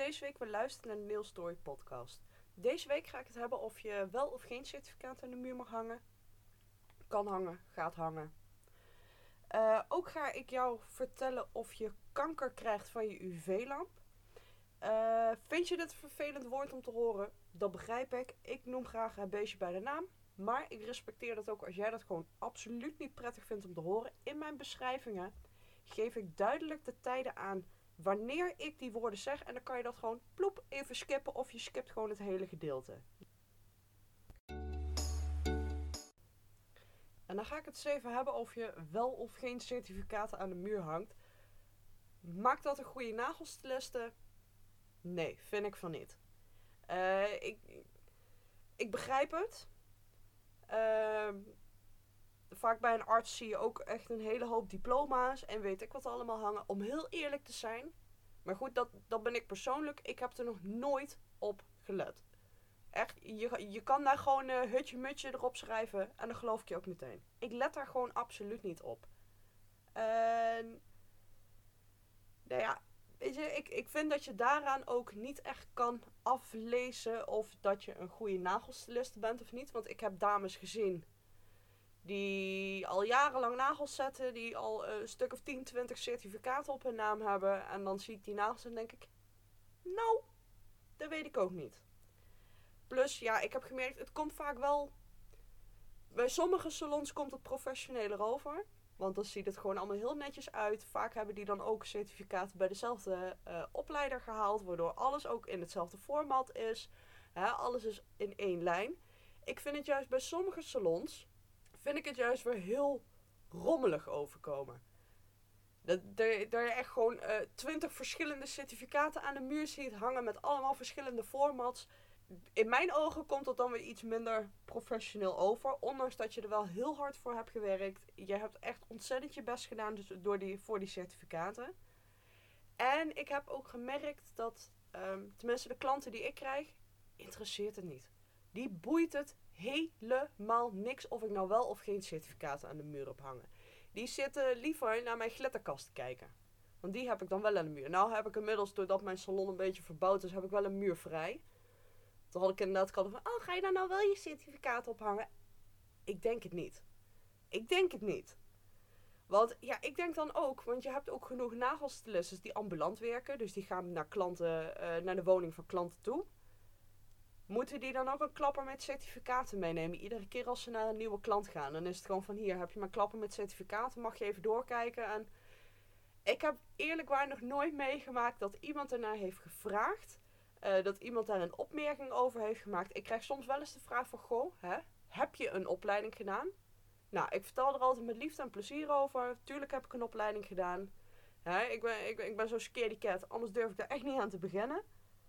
deze week weer luisteren naar de Nail Story podcast. Deze week ga ik het hebben of je wel of geen certificaat aan de muur mag hangen. Kan hangen, gaat hangen. Ook ga ik jou vertellen of je kanker krijgt van je UV-lamp. Vind je dit een vervelend woord om te horen? Dat begrijp ik. Ik noem graag het beestje bij de naam. Maar ik respecteer dat ook als jij dat gewoon absoluut niet prettig vindt om te horen. In mijn beschrijvingen geef ik duidelijk de tijden aan wanneer ik die woorden zeg. En dan kan je dat gewoon ploep even skippen of je skipt gewoon het hele gedeelte. En dan ga ik het eens even hebben of je wel of geen certificaten aan de muur hangt. Maakt dat een goede nagelstyliste? Nee, vind ik van niet. Ik begrijp het. Vaak bij een arts zie je ook echt een hele hoop diploma's en weet ik wat allemaal hangen. Om heel eerlijk te zijn. Maar goed, dat ben ik persoonlijk. Ik heb er nog nooit op gelet. Echt, je kan daar gewoon hutje-mutje erop schrijven en dan geloof ik je ook meteen. Ik let daar gewoon absoluut niet op. Nou ja, weet je, ik vind dat je daaraan ook niet echt kan aflezen of dat je een goede nagelstyliste bent of niet. Want ik heb dames gezien die al jarenlang nagels zetten, die al een stuk of 10, 20 certificaten op hun naam hebben. En dan zie ik die nagels en denk ik, nou, dat weet ik ook niet. Plus, ja, ik heb gemerkt, het komt vaak wel... Bij sommige salons komt het professioneler over. Want dan ziet het gewoon allemaal heel netjes uit. Vaak hebben die dan ook certificaten bij dezelfde opleider gehaald. Waardoor alles ook in hetzelfde format is. Alles is in één lijn. Ik vind het juist bij sommige salons... vind ik het juist weer heel rommelig overkomen. Dat je echt gewoon 20 verschillende certificaten aan de muur ziet hangen met allemaal verschillende formats. In mijn ogen komt dat dan weer iets minder professioneel over. Ondanks dat je er wel heel hard voor hebt gewerkt. Je hebt echt ontzettend je best gedaan voor die certificaten. En ik heb ook gemerkt dat, tenminste de klanten die ik krijg, interesseert het niet. Die boeit het helemaal niks of ik nou wel of geen certificaten aan de muur heb hangen. Die zitten liever naar mijn glitterkast te kijken. Want die heb ik dan wel aan de muur. Nou heb ik inmiddels, doordat mijn salon een beetje verbouwd is, heb ik wel een muur vrij. Toen had ik inderdaad van, ga je daar nou wel je certificaat op hangen? Ik denk het niet. Want ja, ik denk dan ook, want je hebt ook genoeg nagelstylistes die ambulant werken. Dus die gaan naar klanten, naar de woning van klanten toe. Moeten die dan ook een klapper met certificaten meenemen? Iedere keer als ze naar een nieuwe klant gaan. Dan is het gewoon van, hier heb je mijn klapper met certificaten. Mag je even doorkijken. En ik heb eerlijk waar nog nooit meegemaakt dat iemand ernaar heeft gevraagd. Dat iemand daar een opmerking over heeft gemaakt. Ik krijg soms wel eens de vraag van, goh, heb je een opleiding gedaan? Nou, ik vertel er altijd met liefde en plezier over. Tuurlijk heb ik een opleiding gedaan. Ik ben zo'n scaredy cat, anders durf ik daar echt niet aan te beginnen.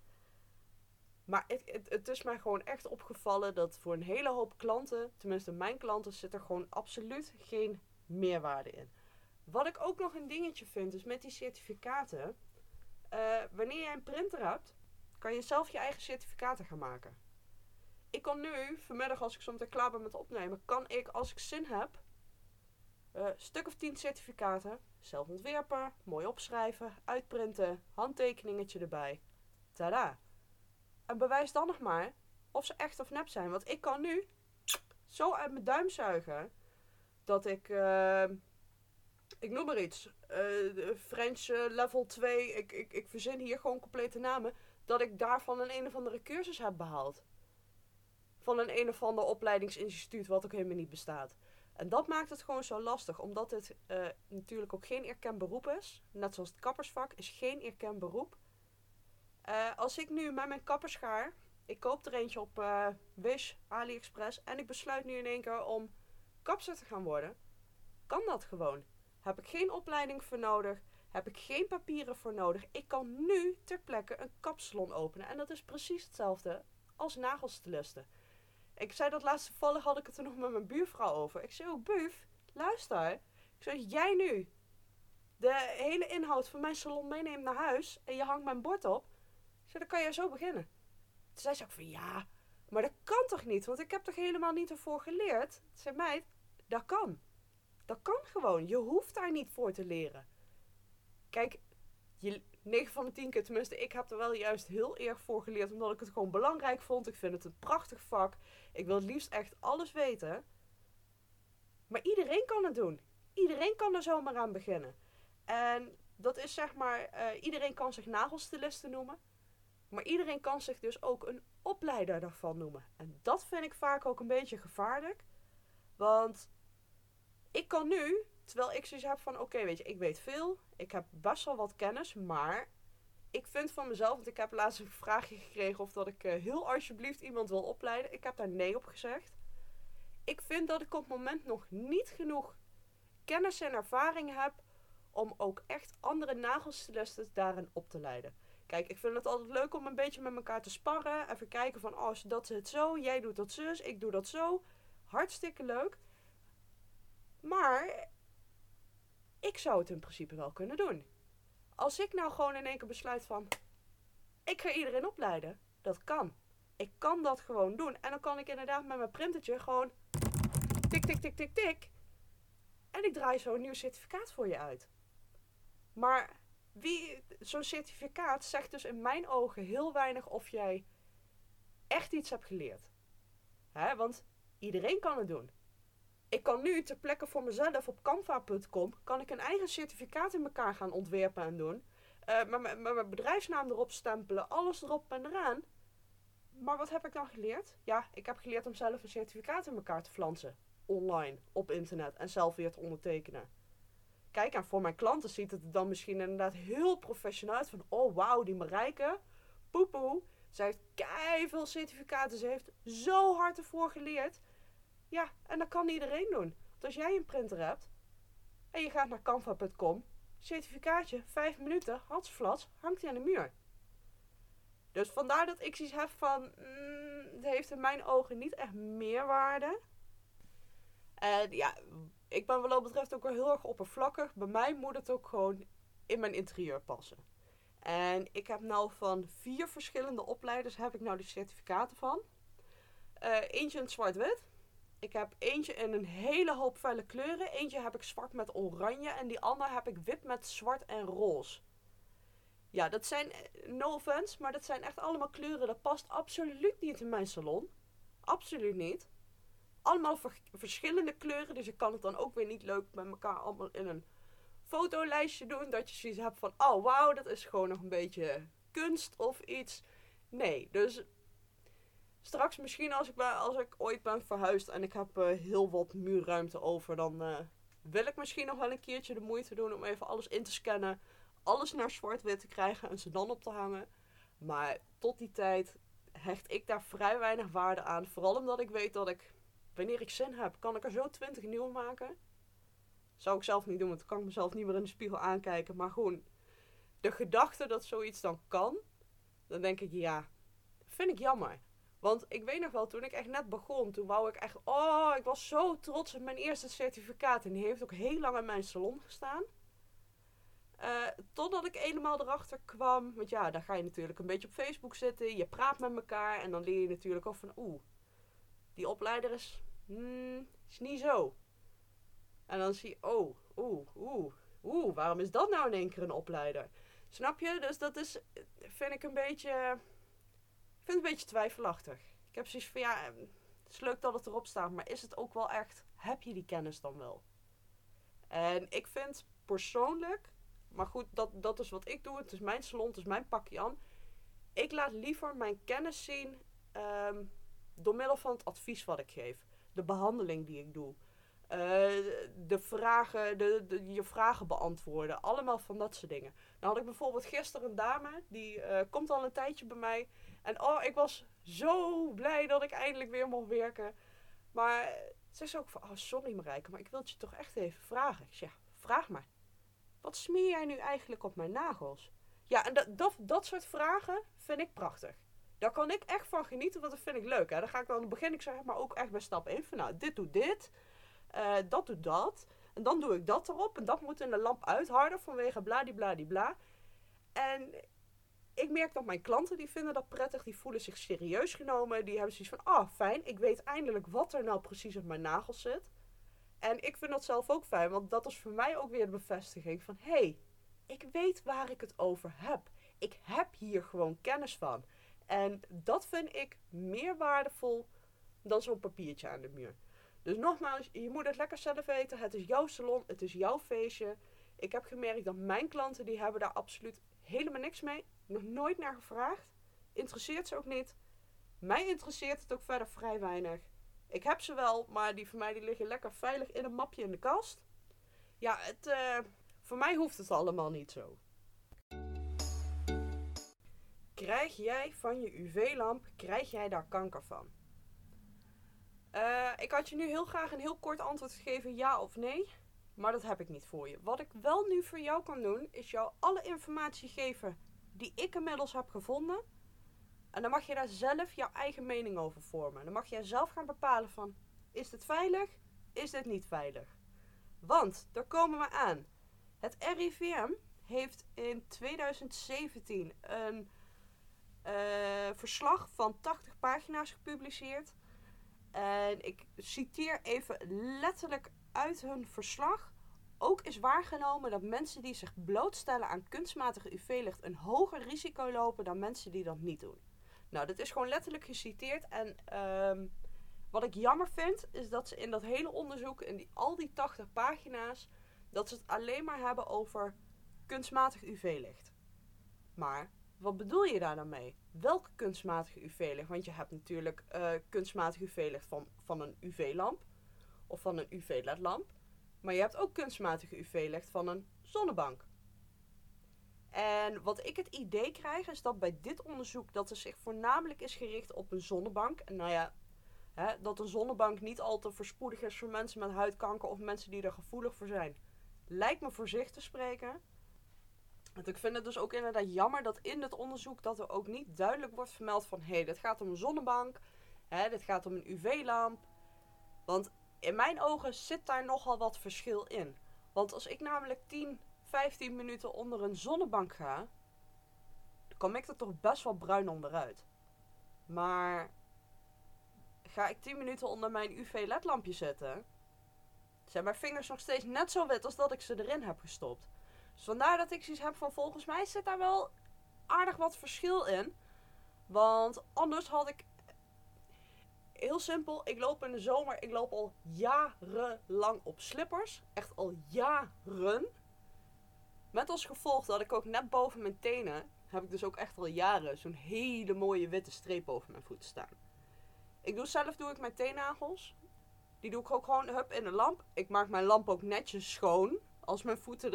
Maar het is mij gewoon echt opgevallen dat voor een hele hoop klanten, tenminste mijn klanten, zit er gewoon absoluut geen meerwaarde in. Wat ik ook nog een dingetje vind, is met die certificaten. Wanneer jij een printer hebt, kan je zelf je eigen certificaten gaan maken. Ik kan nu, vanmiddag als ik zo meteen klaar ben met opnemen, kan ik als ik zin heb, een stuk of 10 certificaten, zelf ontwerpen, mooi opschrijven, uitprinten, handtekeningetje erbij. Tada! En bewijs dan nog maar of ze echt of nep zijn. Want ik kan nu zo uit mijn duim zuigen dat ik noem maar iets, French level 2, ik verzin hier gewoon complete namen, dat ik daarvan een of andere cursus heb behaald. Van een of ander opleidingsinstituut wat ook helemaal niet bestaat. En dat maakt het gewoon zo lastig. Omdat het natuurlijk ook geen erkend beroep is. Net zoals het kappersvak is geen erkend beroep. Als ik nu met mijn kapperschaar, ik koop er eentje op Wish, AliExpress, en ik besluit nu in één keer om kapster te gaan worden, kan dat gewoon. Heb ik geen opleiding voor nodig, heb ik geen papieren voor nodig. Ik kan nu ter plekke een kapsalon openen. En dat is precies hetzelfde als nagelstylisten. Ik zei dat laatst toevallig, had ik het er nog met mijn buurvrouw over. Ik zei ook, buf, luister. Ik zei, jij nu de hele inhoud van mijn salon meeneemt naar huis en je hangt mijn bord op. Ik zei, dan kan je zo beginnen. Toen zei ze ook van, ja, maar dat kan toch niet? Want ik heb toch helemaal niet ervoor geleerd? Ik zei, meid, dat kan. Dat kan gewoon. Je hoeft daar niet voor te leren. Kijk, 9 van de 10 keer, tenminste, ik heb er wel juist heel erg voor geleerd. Omdat ik het gewoon belangrijk vond. Ik vind het een prachtig vak. Ik wil het liefst echt alles weten. Maar iedereen kan het doen. Iedereen kan er zomaar aan beginnen. En dat is zeg maar, iedereen kan zich nagelstyliste noemen. Maar iedereen kan zich dus ook een opleider daarvan noemen. En dat vind ik vaak ook een beetje gevaarlijk. Want ik kan nu, terwijl ik zoiets heb van, oké, weet je, ik weet veel. Ik heb best wel wat kennis, maar ik vind van mezelf, want ik heb laatst een vraagje gekregen of dat ik heel alsjeblieft iemand wil opleiden. Ik heb daar nee op gezegd. Ik vind dat ik op het moment nog niet genoeg kennis en ervaring heb om ook echt andere nagelstylisten daarin op te leiden. Kijk, ik vind het altijd leuk om een beetje met elkaar te sparren. Even kijken van, oh, dat zit zo, jij doet dat zus, ik doe dat zo. Hartstikke leuk. Maar ik zou het in principe wel kunnen doen. Als ik nou gewoon in één keer besluit van, ik ga iedereen opleiden. Dat kan. Ik kan dat gewoon doen. En dan kan ik inderdaad met mijn printertje gewoon tik, tik, tik, tik, tik. En ik draai zo een nieuw certificaat voor je uit. Maar zo'n certificaat zegt dus in mijn ogen heel weinig of jij echt iets hebt geleerd. Want iedereen kan het doen. Ik kan nu ter plekke voor mezelf op canva.com kan ik een eigen certificaat in elkaar gaan ontwerpen en doen. Met mijn bedrijfsnaam erop stempelen, alles erop en eraan. Maar wat heb ik dan geleerd? Ja, ik heb geleerd om zelf een certificaat in elkaar te flansen. Online, op internet en zelf weer te ondertekenen. Kijk, en voor mijn klanten ziet het er dan misschien inderdaad heel professioneel uit. Van, oh wauw, die Marijke, poepoe. Zij heeft keiveel certificaten, ze heeft zo hard ervoor geleerd. Ja, en dat kan iedereen doen. Want als jij een printer hebt en je gaat naar canva.com, certificaatje, 5 minuten, hatsflats, hangt hij aan de muur. Dus vandaar dat ik zoiets heb van, het heeft in mijn ogen niet echt meerwaarde. En ja, ik ben wat dat betreft ook wel heel erg oppervlakkig. Bij mij moet het ook gewoon in mijn interieur passen. En ik heb nou van 4 verschillende opleiders heb ik nou de certificaten van. Eentje in zwart-wit. Ik heb eentje in een hele hoop felle kleuren. Eentje heb ik zwart met oranje. En die andere heb ik wit met zwart en roze. Ja, dat zijn, no offense, maar dat zijn echt allemaal kleuren. Dat past absoluut niet in mijn salon. Absoluut niet. Allemaal verschillende kleuren. Dus ik kan het dan ook weer niet leuk met elkaar allemaal in een fotolijstje doen. Dat je zoiets hebt van, oh wauw, dat is gewoon nog een beetje kunst of iets. Nee, dus straks misschien als ik ooit ben verhuisd en ik heb heel wat muurruimte over, dan wil ik misschien nog wel een keertje de moeite doen om even alles in te scannen. Alles naar zwart-wit te krijgen en ze dan op te hangen. Maar tot die tijd hecht ik daar vrij weinig waarde aan. Vooral omdat ik weet dat ik, wanneer ik zin heb, kan ik er zo 20 nieuwe maken. Zou ik zelf niet doen, want dan kan ik mezelf niet meer in de spiegel aankijken. Maar gewoon de gedachte dat zoiets dan kan, dan denk ik, ja, vind ik jammer. Want ik weet nog wel, toen ik echt net begon, toen wou ik echt, ik was zo trots op mijn eerste certificaat. En die heeft ook heel lang in mijn salon gestaan. Totdat ik helemaal erachter kwam. Want ja, dan ga je natuurlijk een beetje op Facebook zitten. Je praat met elkaar. En dan leer je natuurlijk ook van, die opleider is niet zo. En dan zie je, waarom is dat nou in één keer een opleider? Snap je? Dus dat is, vind ik een beetje twijfelachtig. Ik heb zoiets van, ja, het is leuk dat het erop staat. Maar is het ook wel echt, heb je die kennis dan wel? En ik vind persoonlijk, maar goed, dat is wat ik doe. Het is mijn salon, het is mijn pakje aan. Ik laat liever mijn kennis zien door middel van het advies wat ik geef. De behandeling die ik doe. De vragen, je vragen beantwoorden. Allemaal van dat soort dingen. Nou had ik bijvoorbeeld gisteren een dame, die komt al een tijdje bij mij. En ik was zo blij dat ik eindelijk weer mocht werken. Maar ze zei ook van, sorry Marijke, maar ik wil het je toch echt even vragen. Ik zeg, ja, vraag maar. Wat smeer jij nu eigenlijk op mijn nagels? Ja, en dat soort vragen vind ik prachtig. Daar kan ik echt van genieten, want dat vind ik leuk. Hè? Dan begin ik zeg maar ook echt bij stap 1 van, nou, dit doet dit. Dat doet dat. En dan doe ik dat erop. En dat moet in de lamp uitharden vanwege bladibladibla. En ik merk dat mijn klanten, die vinden dat prettig. Die voelen zich serieus genomen. Die hebben zoiets van, fijn. Ik weet eindelijk wat er nou precies op mijn nagels zit. En ik vind dat zelf ook fijn. Want dat is voor mij ook weer de bevestiging van, hey, ik weet waar ik het over heb. Ik heb hier gewoon kennis van. En dat vind ik meer waardevol dan zo'n papiertje aan de muur. Dus nogmaals, je moet het lekker zelf weten. Het is jouw salon, het is jouw feestje. Ik heb gemerkt dat mijn klanten, die hebben daar absoluut helemaal niks mee. Nog nooit naar gevraagd. Interesseert ze ook niet. Mij interesseert het ook verder vrij weinig. Ik heb ze wel, maar die van mij die liggen lekker veilig in een mapje in de kast. Ja, voor mij hoeft het allemaal niet zo. Krijg jij van je UV-lamp, krijg jij daar kanker van? Ik had je nu heel graag een heel kort antwoord gegeven, ja of nee. Maar dat heb ik niet voor je. Wat ik wel nu voor jou kan doen, is jou alle informatie geven die ik inmiddels heb gevonden. En dan mag je daar zelf jouw eigen mening over vormen. Dan mag jij zelf gaan bepalen van, is dit veilig? Is dit niet veilig? Want, daar komen we aan. Het RIVM heeft in 2017 een verslag van 80 pagina's gepubliceerd. En ik citeer even letterlijk uit hun verslag. Ook is waargenomen dat mensen die zich blootstellen aan kunstmatige UV-licht een hoger risico lopen dan mensen die dat niet doen. Nou, dit is gewoon letterlijk geciteerd. En wat ik jammer vind, is dat ze in dat hele onderzoek, in al die 80 pagina's, dat ze het alleen maar hebben over kunstmatig UV-licht. Maar, wat bedoel je daar dan mee? Welke kunstmatige UV-licht? Want je hebt natuurlijk kunstmatig UV-licht van een UV-lamp of van een UV-ledlamp. Maar je hebt ook kunstmatige UV-licht van een zonnebank. En wat ik het idee krijg, is dat bij dit onderzoek dat er zich voornamelijk is gericht op een zonnebank. En nou ja, dat een zonnebank niet al te voorspoedig is voor mensen met huidkanker of mensen die er gevoelig voor zijn. Lijkt me voor zich te spreken. Want ik vind het dus ook inderdaad jammer dat in het onderzoek dat er ook niet duidelijk wordt vermeld van dit gaat om een zonnebank, dit gaat om een UV-lamp. Want in mijn ogen zit daar nogal wat verschil in. Want als ik namelijk 10, 15 minuten onder een zonnebank ga, dan kom ik er toch best wel bruin onderuit. Maar ga ik 10 minuten onder mijn UV-ledlampje zitten, zijn mijn vingers nog steeds net zo wit als dat ik ze erin heb gestopt. Dus vandaar dat ik zoiets heb van, volgens mij zit daar wel aardig wat verschil in. Want anders had ik, heel simpel, ik loop in de zomer, ik loop al jarenlang op slippers. Echt al jaren. Met als gevolg dat ik ook net boven mijn tenen, heb ik dus ook echt al jaren zo'n hele mooie witte streep over mijn voeten staan. Doe ik mijn teennagels. Die doe ik ook gewoon in de lamp. Ik maak mijn lamp ook netjes schoon als mijn voeten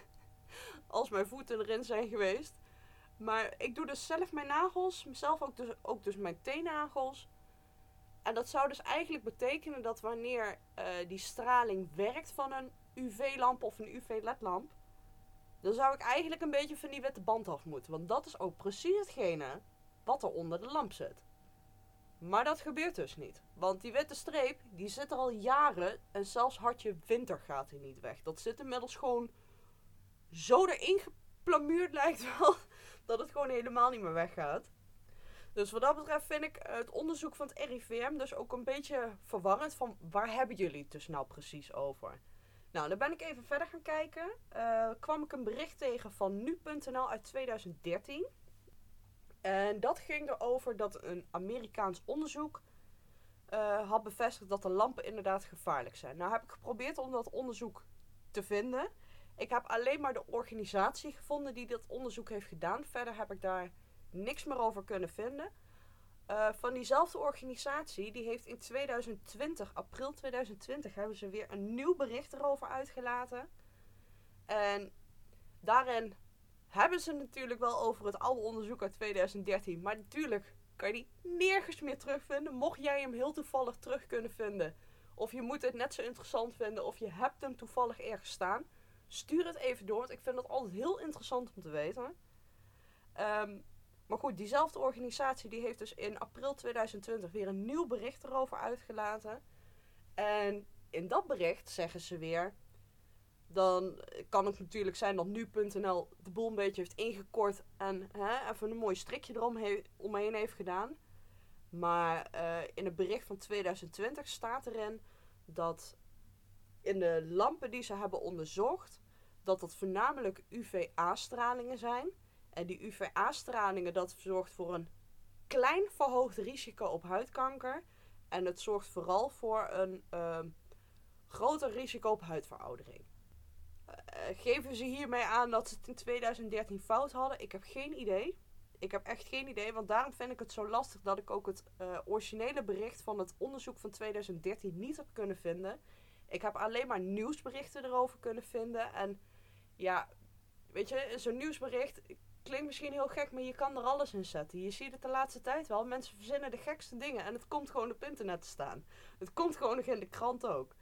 erin zijn geweest. Maar ik doe dus zelf mijn nagels. Mezelf ook dus mijn teennagels. En dat zou dus eigenlijk betekenen dat wanneer die straling werkt van een UV-lamp of een UV-ledlamp, dan zou ik eigenlijk een beetje van die witte band af moeten. Want dat is ook precies hetgene wat er onder de lamp zit. Maar dat gebeurt dus niet. Want die witte streep, die zit er al jaren. En zelfs hartje winter gaat die niet weg. Dat zit inmiddels gewoon zo erin geplamuurd, lijkt wel, dat het gewoon helemaal niet meer weggaat. Dus wat dat betreft vind ik het onderzoek van het RIVM dus ook een beetje verwarrend. Van waar hebben jullie het dus nou precies over? Nou, dan ben ik even verder gaan kijken. Kwam ik een bericht tegen van nu.nl uit 2013. En dat ging erover dat een Amerikaans onderzoek had bevestigd dat de lampen inderdaad gevaarlijk zijn. Nou heb ik geprobeerd om dat onderzoek te vinden. Ik heb alleen maar de organisatie gevonden die dat onderzoek heeft gedaan. Verder heb ik daar niks meer over kunnen vinden. Van diezelfde organisatie, die heeft in 2020, april 2020, hebben ze weer een nieuw bericht erover uitgelaten. En daarin hebben ze natuurlijk wel over het oude onderzoek uit 2013. Maar natuurlijk kan je die nergens meer terugvinden. Mocht jij hem heel toevallig terug kunnen vinden. Of je moet het net zo interessant vinden. Of je hebt hem toevallig ergens staan. Stuur het even door. Want ik vind dat altijd heel interessant om te weten. Maar goed, diezelfde organisatie die heeft dus in april 2020 weer een nieuw bericht erover uitgelaten. En in dat bericht zeggen ze weer, dan kan het natuurlijk zijn dat nu.nl de boel een beetje heeft ingekort en even een mooi strikje eromheen heeft gedaan. Maar in het bericht van 2020 staat erin dat in de lampen die ze hebben onderzocht, dat het voornamelijk UVA-stralingen zijn. En die UVA-stralingen, dat zorgt voor een klein verhoogd risico op huidkanker. En het zorgt vooral voor een groter risico op huidveroudering. Geven ze hiermee aan dat ze het in 2013 fout hadden? Ik heb geen idee. Ik heb echt geen idee, want daarom vind ik het zo lastig dat ik ook het originele bericht van het onderzoek van 2013 niet heb kunnen vinden. Ik heb alleen maar nieuwsberichten erover kunnen vinden. En ja, weet je, zo'n nieuwsbericht klinkt misschien heel gek, maar je kan er alles in zetten. Je ziet het de laatste tijd wel. Mensen verzinnen de gekste dingen en het komt gewoon op internet te staan. Het komt gewoon nog in de krant ook.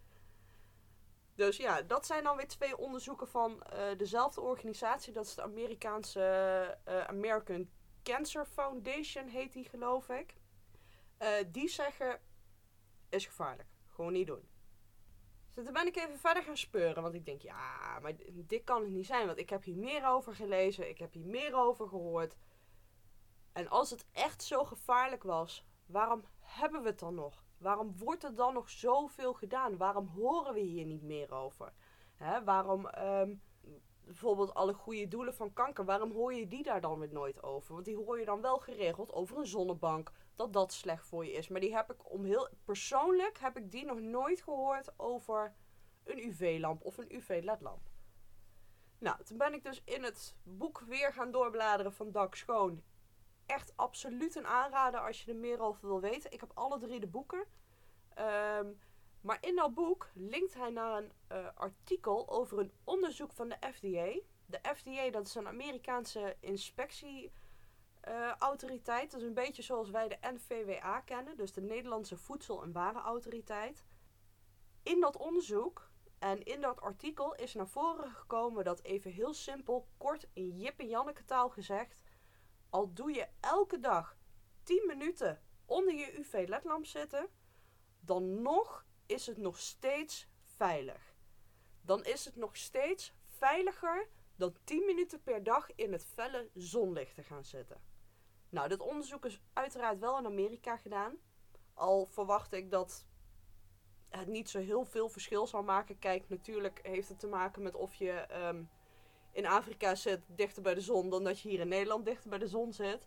Dus ja, dat zijn dan weer 2 onderzoeken van dezelfde organisatie. Dat is de Amerikaanse American Cancer Foundation, heet die, geloof ik. Die zeggen, is gevaarlijk. Gewoon niet doen. Dus toen ben ik even verder gaan speuren. Want ik denk, ja, maar dit kan het niet zijn. Want ik heb hier meer over gelezen. Ik heb hier meer over gehoord. En als het echt zo gevaarlijk was, waarom hebben we het dan nog? Waarom wordt er dan nog zoveel gedaan? Waarom horen we hier niet meer over? Waarom bijvoorbeeld alle goede doelen van kanker, waarom hoor je die daar dan weer nooit over? Want die hoor je dan wel geregeld over een zonnebank, dat slecht voor je is. Maar die heb ik persoonlijk heb ik die nog nooit gehoord over een UV-lamp of een UV-ledlamp. Nou, toen ben ik dus in het boek weer gaan doorbladeren van Dag Schoon. Echt absoluut een aanrader als je er meer over wil weten. Ik heb alle 3 de boeken. Maar in dat boek linkt hij naar een artikel over een onderzoek van de FDA. De FDA, dat is een Amerikaanse inspectieautoriteit. Dat is een beetje zoals wij de NVWA kennen. Dus de Nederlandse Voedsel- en Warenautoriteit. In dat onderzoek en in dat artikel is naar voren gekomen dat, even heel simpel, kort in Jip en Janneke taal gezegd, al doe je elke dag 10 minuten onder je UV-ledlamp zitten, dan nog is het nog steeds veilig. Dan is het nog steeds veiliger dan 10 minuten per dag in het felle zonlicht te gaan zitten. Nou, dit onderzoek is uiteraard wel in Amerika gedaan. Al verwacht ik dat het niet zo heel veel verschil zal maken. Kijk, natuurlijk heeft het te maken met of je in Afrika zit dichter bij de zon dan dat je hier in Nederland dichter bij de zon zit.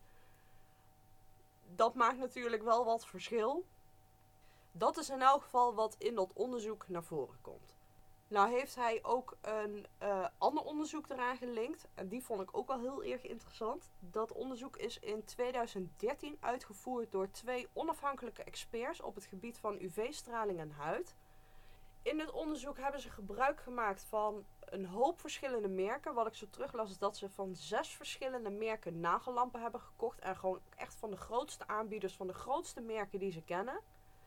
Dat maakt natuurlijk wel wat verschil. Dat is in elk geval wat in dat onderzoek naar voren komt. Nou heeft hij ook een ander onderzoek eraan gelinkt. En die vond ik ook wel heel erg interessant. Dat onderzoek is in 2013 uitgevoerd door 2 onafhankelijke experts op het gebied van UV-straling en huid. In dit onderzoek hebben ze gebruik gemaakt van een hoop verschillende merken. Wat ik zo teruglas is dat ze van 6 verschillende merken nagellampen hebben gekocht. En gewoon echt van de grootste aanbieders, van de grootste merken die ze kennen.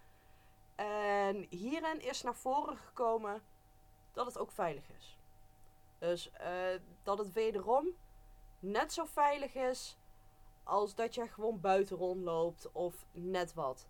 En hierin is naar voren gekomen dat het ook veilig is. Dus dat het wederom net zo veilig is als dat je gewoon buiten rondloopt of net wat.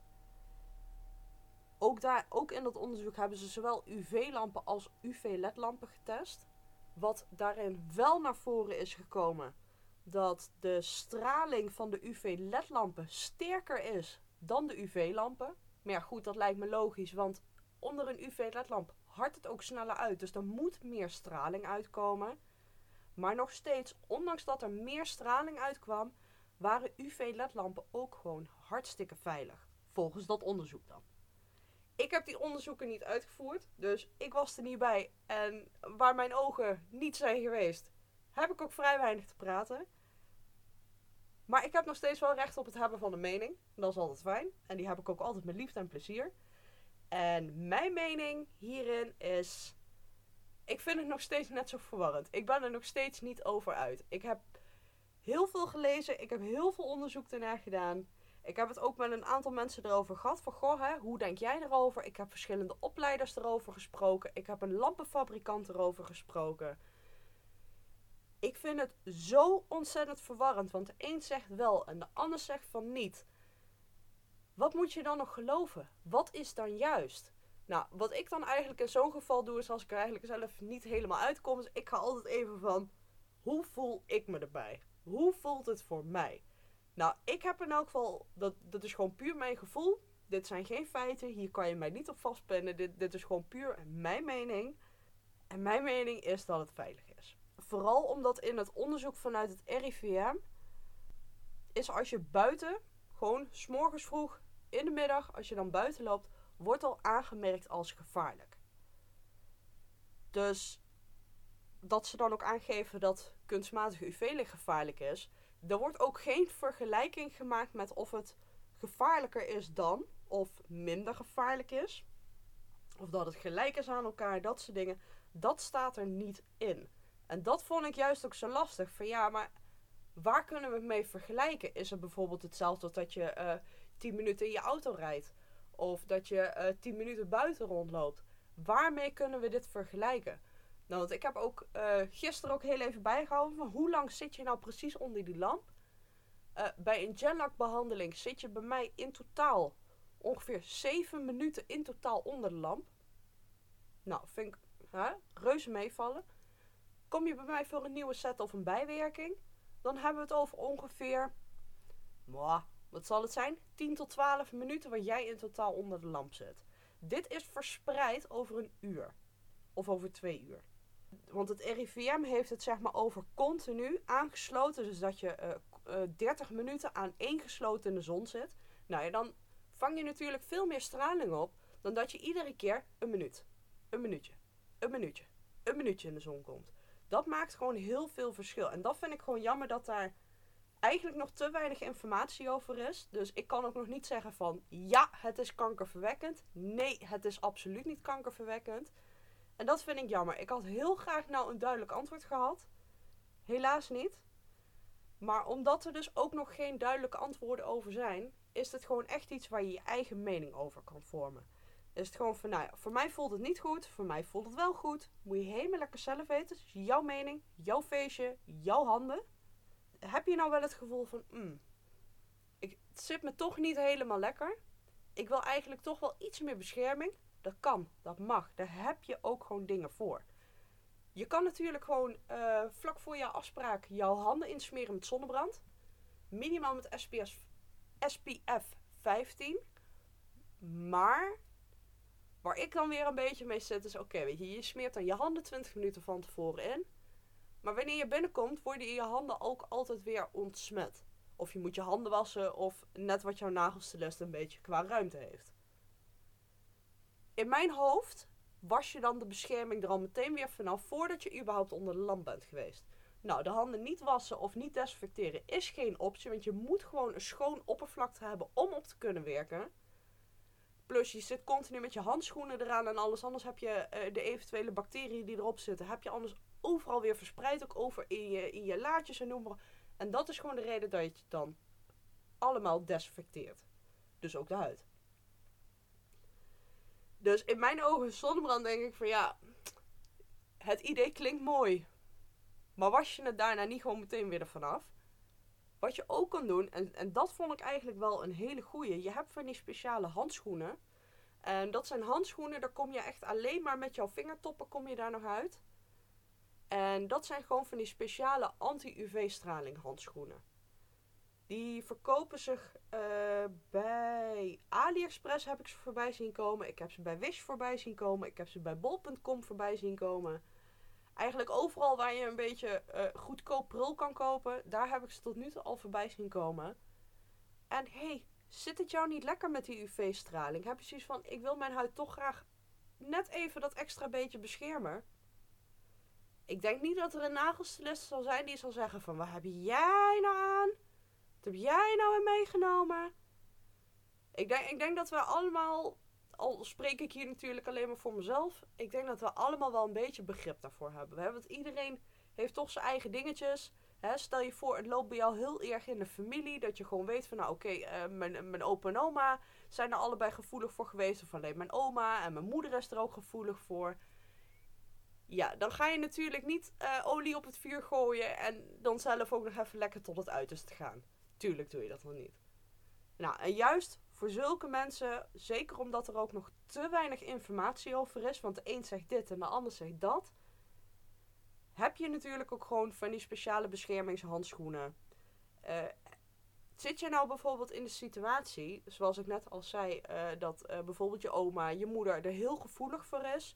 Ook in dat onderzoek hebben ze zowel UV-lampen als UV-ledlampen getest. Wat daarin wel naar voren is gekomen, dat de straling van de UV-ledlampen sterker is dan de UV-lampen. Maar ja, goed, dat lijkt me logisch, want onder een UV-ledlamp hardt het ook sneller uit. Dus er moet meer straling uitkomen. Maar nog steeds, ondanks dat er meer straling uitkwam, waren UV-ledlampen ook gewoon hartstikke veilig. Volgens dat onderzoek dan. Ik heb die onderzoeken niet uitgevoerd, dus ik was er niet bij. En waar mijn ogen niet zijn geweest, heb ik ook vrij weinig te praten. Maar ik heb nog steeds wel recht op het hebben van een mening. Dat is altijd fijn. En die heb ik ook altijd met liefde en plezier. En mijn mening hierin is, ik vind het nog steeds net zo verwarrend. Ik ben er nog steeds niet over uit. Ik heb heel veel gelezen. Ik heb heel veel onderzoek ernaar gedaan. Ik heb het ook met een aantal mensen erover gehad. Van, goh, hoe denk jij erover? Ik heb verschillende opleiders erover gesproken. Ik heb een lampenfabrikant erover gesproken. Ik vind het zo ontzettend verwarrend. Want de een zegt wel en de ander zegt van niet. Wat moet je dan nog geloven? Wat is dan juist? Nou, wat ik dan eigenlijk in zo'n geval doe, is als ik er eigenlijk zelf niet helemaal uitkom, is ik ga altijd even van, hoe voel ik me erbij? Hoe voelt het voor mij? Nou, ik heb in elk geval, dat is gewoon puur mijn gevoel. Dit zijn geen feiten, hier kan je mij niet op vastpinnen. Dit is gewoon puur mijn mening. En mijn mening is dat het veilig is. Vooral omdat in het onderzoek vanuit het RIVM is als je buiten, gewoon 's morgens vroeg, in de middag, als je dan buiten loopt, wordt al aangemerkt als gevaarlijk. Dus dat ze dan ook aangeven dat kunstmatige UV-licht gevaarlijk is. Er wordt ook geen vergelijking gemaakt met of het gevaarlijker is dan, of minder gevaarlijk is. Of dat het gelijk is aan elkaar, dat soort dingen. Dat staat er niet in. En dat vond ik juist ook zo lastig. Van ja, maar waar kunnen we het mee vergelijken? Is het bijvoorbeeld hetzelfde als dat je 10 minuten in je auto rijdt? Of dat je 10 minuten buiten rondloopt? Waarmee kunnen we dit vergelijken? Nou, want ik heb ook gisteren ook heel even bijgehouden van hoe lang zit je nou precies onder die lamp? Bij een Genlac behandeling zit je bij mij in totaal ongeveer 7 minuten in totaal onder de lamp. Nou, vind ik reuze meevallen. Kom je bij mij voor een nieuwe set of een bijwerking, dan hebben we het over ongeveer, wat zal het zijn? 10 tot 12 minuten waar jij in totaal onder de lamp zit. Dit is verspreid over een uur. Of over 2 uur. Want het RIVM heeft het zeg maar over continu aangesloten. Dus dat je 30 minuten aan één gesloten in de zon zit. Nou ja, dan vang je natuurlijk veel meer straling op dan dat je iedere keer een minuutje in de zon komt. Dat maakt gewoon heel veel verschil. En dat vind ik gewoon jammer dat daar eigenlijk nog te weinig informatie over is. Dus ik kan ook nog niet zeggen van ja, het is kankerverwekkend. Nee, het is absoluut niet kankerverwekkend. En dat vind ik jammer. Ik had heel graag nou een duidelijk antwoord gehad. Helaas niet. Maar omdat er dus ook nog geen duidelijke antwoorden over zijn, is het gewoon echt iets waar je je eigen mening over kan vormen. Is het gewoon van, nou ja, voor mij voelt het niet goed, voor mij voelt het wel goed. Moet je helemaal lekker zelf weten. Dus jouw mening, jouw feestje, jouw handen. Heb je nou wel het gevoel van, het zit me toch niet helemaal lekker. Ik wil eigenlijk toch wel iets meer bescherming. Dat kan, dat mag. Daar heb je ook gewoon dingen voor. Je kan natuurlijk gewoon vlak voor jouw afspraak jouw handen insmeren met zonnebrand. Minimaal met SPF 15. Maar waar ik dan weer een beetje mee zit is, oké, weet je smeert dan je handen 20 minuten van tevoren in. Maar wanneer je binnenkomt, worden je handen ook altijd weer ontsmet. Of je moet je handen wassen, of net wat jouw nagelstylist een beetje qua ruimte heeft. In mijn hoofd was je dan de bescherming er al meteen weer vanaf voordat je überhaupt onder de lamp bent geweest. Nou, de handen niet wassen of niet desinfecteren is geen optie, want je moet gewoon een schoon oppervlakte hebben om op te kunnen werken. Plus je zit continu met je handschoenen eraan en alles, anders heb je de eventuele bacteriën die erop zitten, heb je anders overal weer verspreid, ook over in je laadjes en noem maar. En dat is gewoon de reden dat je het dan allemaal desinfecteert. Dus ook de huid. Dus in mijn ogen zonnebrand denk ik van ja, het idee klinkt mooi. Maar was je het daarna niet gewoon meteen weer ervan af? Wat je ook kan doen, en dat vond ik eigenlijk wel een hele goeie. Je hebt van die speciale handschoenen. En dat zijn handschoenen, daar kom je echt alleen maar met jouw vingertoppen kom je daar nog uit. En dat zijn gewoon van die speciale anti-UV-straling handschoenen. Die verkopen zich bij AliExpress heb ik ze voorbij zien komen. Ik heb ze bij Wish voorbij zien komen. Ik heb ze bij bol.com voorbij zien komen. Eigenlijk overal waar je een beetje goedkoop prul kan kopen, daar heb ik ze tot nu toe al voorbij zien komen. En hey, zit het jou niet lekker met die UV-straling? Heb je zoiets van, ik wil mijn huid toch graag net even dat extra beetje beschermen? Ik denk niet dat er een nagelstylist zal zijn die zal zeggen van, wat heb jij nou aan? Wat heb jij nou in meegenomen? Ik denk dat we allemaal, al spreek ik hier natuurlijk alleen maar voor mezelf, ik denk dat we allemaal wel een beetje begrip daarvoor hebben. Want iedereen heeft toch zijn eigen dingetjes. Stel je voor, het loopt bij jou heel erg in de familie, dat je gewoon weet van, nou oké, mijn opa en oma zijn er allebei gevoelig voor geweest, of alleen mijn oma en mijn moeder is er ook gevoelig voor. Ja, dan ga je natuurlijk niet olie op het vuur gooien en dan zelf ook nog even lekker tot het uiterste gaan. Tuurlijk doe je dat wel niet. Nou, en juist voor zulke mensen, zeker omdat er ook nog te weinig informatie over is, want de een zegt dit en de ander zegt dat, heb je natuurlijk ook gewoon van die speciale beschermingshandschoenen. Zit je nou bijvoorbeeld in de situatie, zoals ik net al zei, dat bijvoorbeeld je oma, je moeder er heel gevoelig voor is,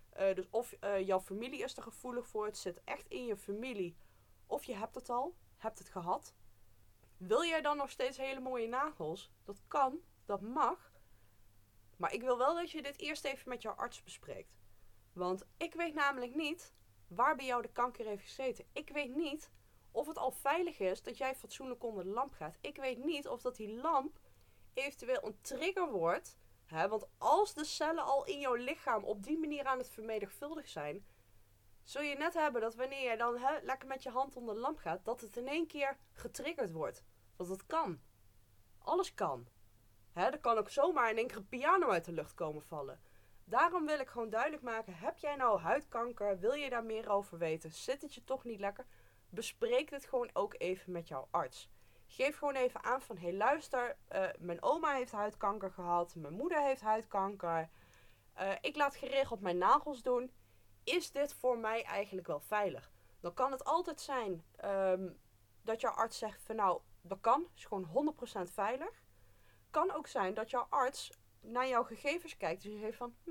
Dus of jouw familie is er gevoelig voor. Het zit echt in je familie. Of je hebt het al. Hebt het gehad. Wil jij dan nog steeds hele mooie nagels? Dat kan. Dat mag. Maar ik wil wel dat je dit eerst even met jouw arts bespreekt. Want ik weet namelijk niet waar bij jou de kanker heeft gezeten. Ik weet niet of het al veilig is dat jij fatsoenlijk onder de lamp gaat. Ik weet niet of dat die lamp eventueel een trigger wordt. Want als de cellen al in jouw lichaam op die manier aan het vermenigvuldigen zijn, zul je net hebben dat wanneer jij dan lekker met je hand onder de lamp gaat, dat het in één keer getriggerd wordt. Want dat kan. Alles kan. Er kan ook zomaar in één keer een piano uit de lucht komen vallen. Daarom wil ik gewoon duidelijk maken, heb jij nou huidkanker? Wil je daar meer over weten? Zit het je toch niet lekker? Bespreek dit gewoon ook even met jouw arts. Geef gewoon even aan van, hé luister, mijn oma heeft huidkanker gehad, mijn moeder heeft huidkanker. Ik laat geregeld mijn nagels doen. Is dit voor mij eigenlijk wel veilig? Dan kan het altijd zijn dat jouw arts zegt van nou, dat kan, is gewoon 100% veilig. Kan ook zijn dat jouw arts naar jouw gegevens kijkt en zegt van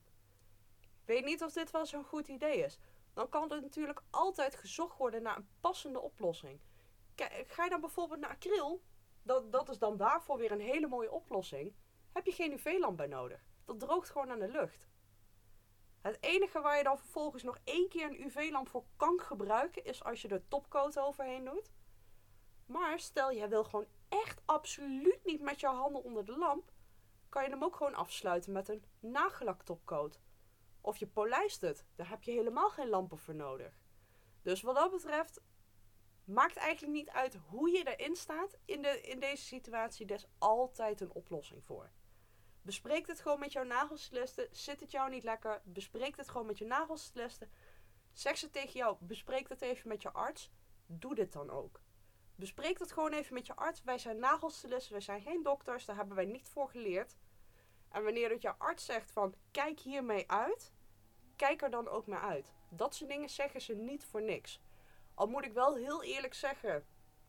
weet niet of dit wel zo'n goed idee is. Dan kan er natuurlijk altijd gezocht worden naar een passende oplossing. Ga je dan bijvoorbeeld naar acryl, dat is dan daarvoor weer een hele mooie oplossing. Heb je geen UV-lamp bij nodig. Dat droogt gewoon aan de lucht. Het enige waar je dan vervolgens nog 1 keer een UV-lamp voor kan gebruiken is als je er topcoat overheen doet. Maar stel je wil gewoon echt absoluut niet met jouw handen onder de lamp, kan je hem ook gewoon afsluiten met een nagellak topcoat. Of je polijst het. Daar heb je helemaal geen lampen voor nodig. Dus wat dat betreft maakt eigenlijk niet uit hoe je erin staat in deze situatie. Er is altijd een oplossing voor. Bespreek het gewoon met jouw nagelstyliste. Zit het jou niet lekker? Bespreek het gewoon met je nagelstyliste. Zeg ze tegen jou, bespreek het even met je arts. Doe dit dan ook. Bespreek het gewoon even met je arts. Wij zijn nagelstylisten, wij zijn geen dokters. Daar hebben wij niet voor geleerd. En wanneer dat jouw arts zegt van, kijk hiermee uit, kijk er dan ook mee uit. Dat soort dingen zeggen ze niet voor niks. Al moet ik wel heel eerlijk zeggen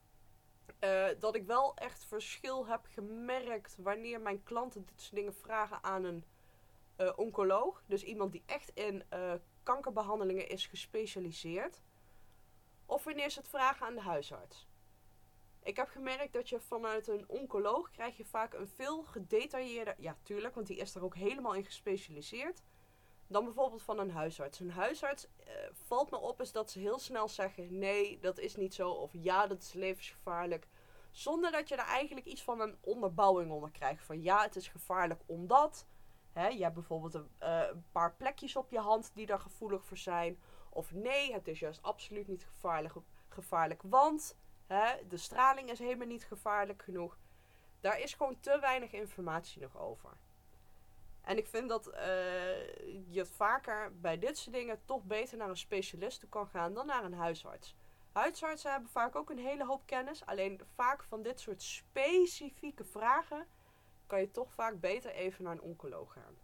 dat ik wel echt verschil heb gemerkt wanneer mijn klanten dit soort dingen vragen aan een oncoloog. Dus iemand die echt in kankerbehandelingen is gespecialiseerd. Of wanneer ze het vragen aan de huisarts. Ik heb gemerkt dat je vanuit een oncoloog krijg je vaak een veel gedetailleerder, ja tuurlijk, want die is er ook helemaal in gespecialiseerd, dan bijvoorbeeld van een huisarts. Een huisarts valt me op is dat ze heel snel zeggen, nee, dat is niet zo, of ja, dat is levensgevaarlijk. Zonder dat je er eigenlijk iets van een onderbouwing onder krijgt. Van ja, het is gevaarlijk omdat. Je hebt bijvoorbeeld een paar plekjes op je hand die daar gevoelig voor zijn. Of nee, het is juist absoluut niet gevaarlijk want de straling is helemaal niet gevaarlijk genoeg. Daar is gewoon te weinig informatie nog over. En ik vind dat je vaker bij dit soort dingen toch beter naar een specialist toe kan gaan dan naar een huisarts. Huisartsen hebben vaak ook een hele hoop kennis. Alleen vaak van dit soort specifieke vragen kan je toch vaak beter even naar een oncoloog gaan.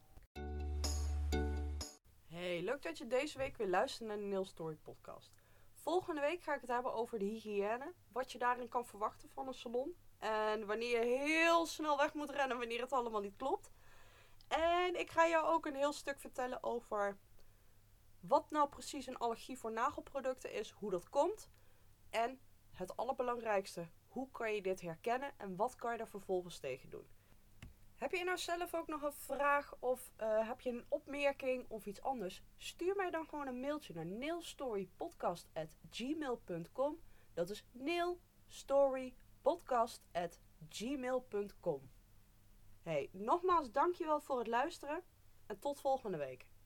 Hey, leuk dat je deze week weer luistert naar de Nail Story podcast. Volgende week ga ik het hebben over de hygiëne. Wat je daarin kan verwachten van een salon. En wanneer je heel snel weg moet rennen wanneer het allemaal niet klopt. En ik ga jou ook een heel stuk vertellen over wat nou precies een allergie voor nagelproducten is. Hoe dat komt. En het allerbelangrijkste, hoe kan je dit herkennen en wat kan je er vervolgens tegen doen? Heb je nou zelf ook nog een vraag of heb je een opmerking of iets anders? Stuur mij dan gewoon een mailtje naar nailstorypodcast@gmail.com. Dat is nailstorypodcast@gmail.com. Hey, nogmaals dankjewel voor het luisteren en tot volgende week.